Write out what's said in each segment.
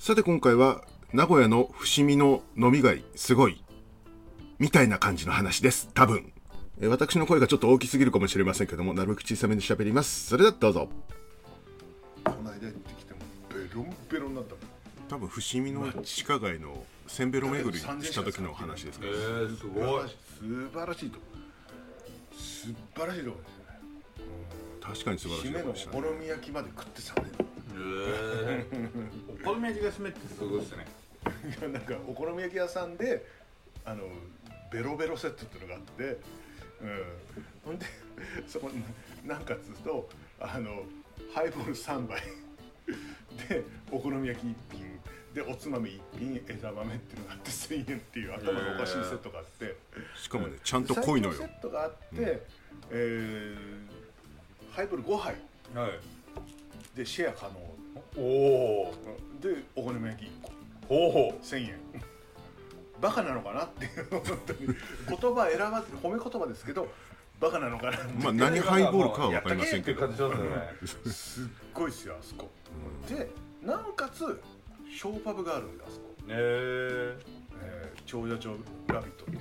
さて今回は名古屋の伏見の飲み街すごいみたいな感じの話です。多分私の声がちょっと大きすぎるかもしれませんけども、なるべく小さめに喋ります。それではどうぞ。 この間行ってきてもベロンベロンになったもん。 多分伏見の地下街のせんべろ巡りした時の話ですから、 すごい素晴らしいと素晴らしいとこですよね。 確かに素晴らしいとこでしたね。 締めのお好み焼きまで食ってたね。 お好み焼きが締めってすごいですね。 いやなんかお好み焼き屋さんでベロベロセットっていうのがあって、ほんでそこなんかつうとハイボール3杯でお好み焼き1品でおつまみ1品枝豆っていうのがあって1000円っていう頭のおかしいセットがあって、 しかもねちゃんと濃いのよ。 最強セットがあって、ハイボール5杯でシェア可能。 おでお好み焼き1個1000円。バカなのかなっていう本当に言葉選ばずに褒め言葉ですけどバカなのかなって。 まあ何ハイボールかは分かりませんけど、 すっごいですよあそこ、でなおかつショーパブがあるんだあそこ。長者町ラビットっていう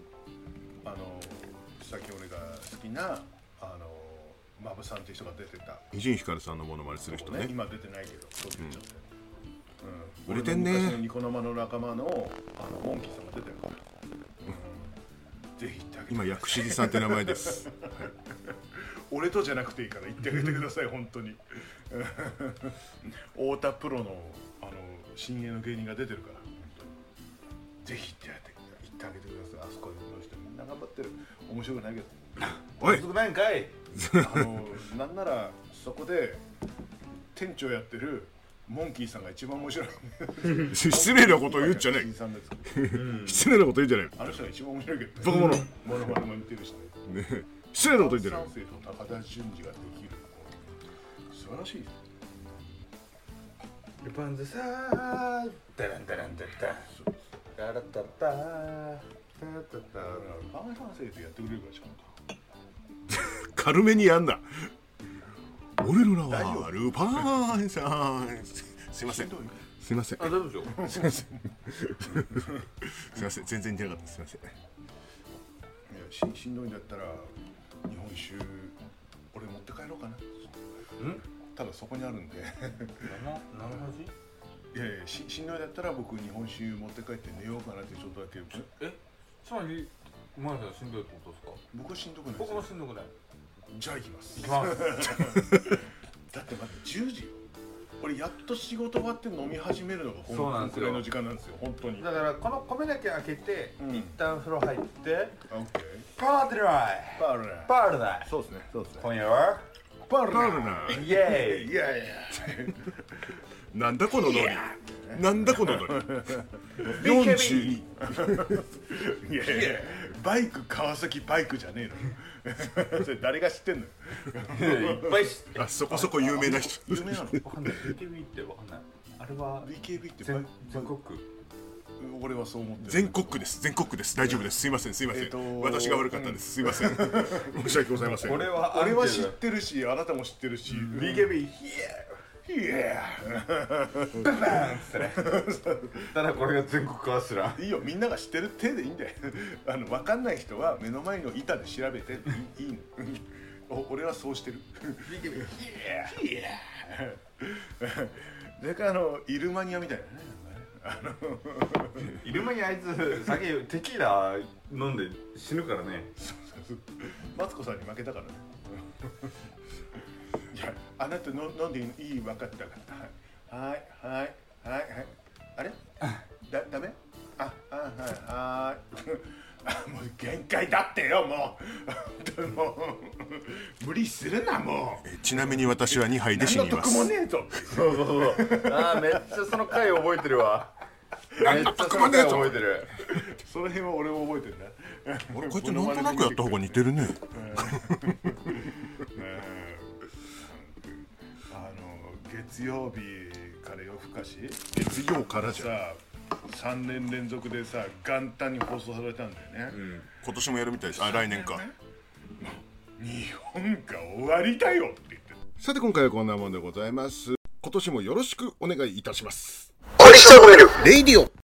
さっき俺が好きなマブさんっていう人が出てた伊集院光さんのモノマネする人ね。 今出てないけどそう言っちゃって、 売れてんね。 昔のニコ生の仲間のモンキーさんが出てるから、ぜひ言ってあげて。 今薬師寺さんって名前です、はい、 俺とじゃなくていいから言ってあげてください本当に。太田プロの新鋭の芸人が出てるから本当にぜひ言ってあげてください。あそこの人みんな頑張ってる。面白くないけどおい少ないんかい。 なんならそこで店長やってるモンキーさんが一番面白い。 失礼なこと言うんじゃない失礼なこと言うんじゃない。 あの人が一番面白いけど、 バカ者モノマネも似てるしね。 失礼なこと言ってる。 三世と高田純次ができる素晴らしいです。 ルパンズサーダランダランダッダラッタッターファン生とやってくれるからちゃんと軽めにやんな。俺の名はルパンさん。すいませんすいません大丈夫でしょ。 すいませんすいません全然似てなかった。すいません。 いやしんどいんだったら日本酒俺持って帰ろうかな。ただそこにあるんで。 何の話？ いやいやしんどいだったら僕日本酒持って帰って寝ようかなってちょっとだけ。 つまり前さんしんどいってことですか？ 僕はしんどくないです。 僕もしんどくない。 じゃあ行きます。 行きます。 だってまだ10時よ。俺やっと仕事終わって飲み始めるのがそうなんですよ。 これの時間なんですよ本当に。 だからこの米だけ開けて、一旦風呂入ってオッケー。 パーティーライパールナパールだ。 そうですねそうですね。 今夜はパールパールナナイエーイ。 いやいやなんだこのノリ。なんだこのノリ。42。 いやいやバイク川崎バイクじゃねえの。それ誰が知ってんの。 いっぱい知ってあそこそこ有名な人。 有名なの。 わかんない。BKB ってわかんない。あれは BKB って全国区。 俺はそう思ってる。 全国区です全国区です。大丈夫です。すいませんすいません、私が悪かったです。すいません申し訳ございません。 俺は知ってるしあなたも知ってるし BKB いやババーンってね。ただこれが全国化はすらいいよみんなが知ってる手でいいんだよ。分かんない人は目の前の板で調べていいの。俺はそうしてる。BKB いやそれからイルマニアみたいなね。 イルマにあいつ酒テキーラ飲んで死ぬからね。 マツコさんに負けたからね。いやあなた飲んでいい分かったからはいあれダメはいもう限界だってよもう無理するなもう。 ちなみに私は2杯で死にます。 何の得もねえと。 そうめっちゃその回覚えてるわ。めっちゃその回覚えてる。 その辺は俺も覚えてるな。 俺こいつなんとなくやった方が似てるね。 月曜日から夜更かし月曜からじゃん。 さ3年連続でさ元旦に放送されたんだよね。 今年もやるみたいです。来年か。 日本が終わりだよって言って。 さて今回はこんなもんでございます。今年もよろしくお願いいたします。 おクリスチャンネルレイディオ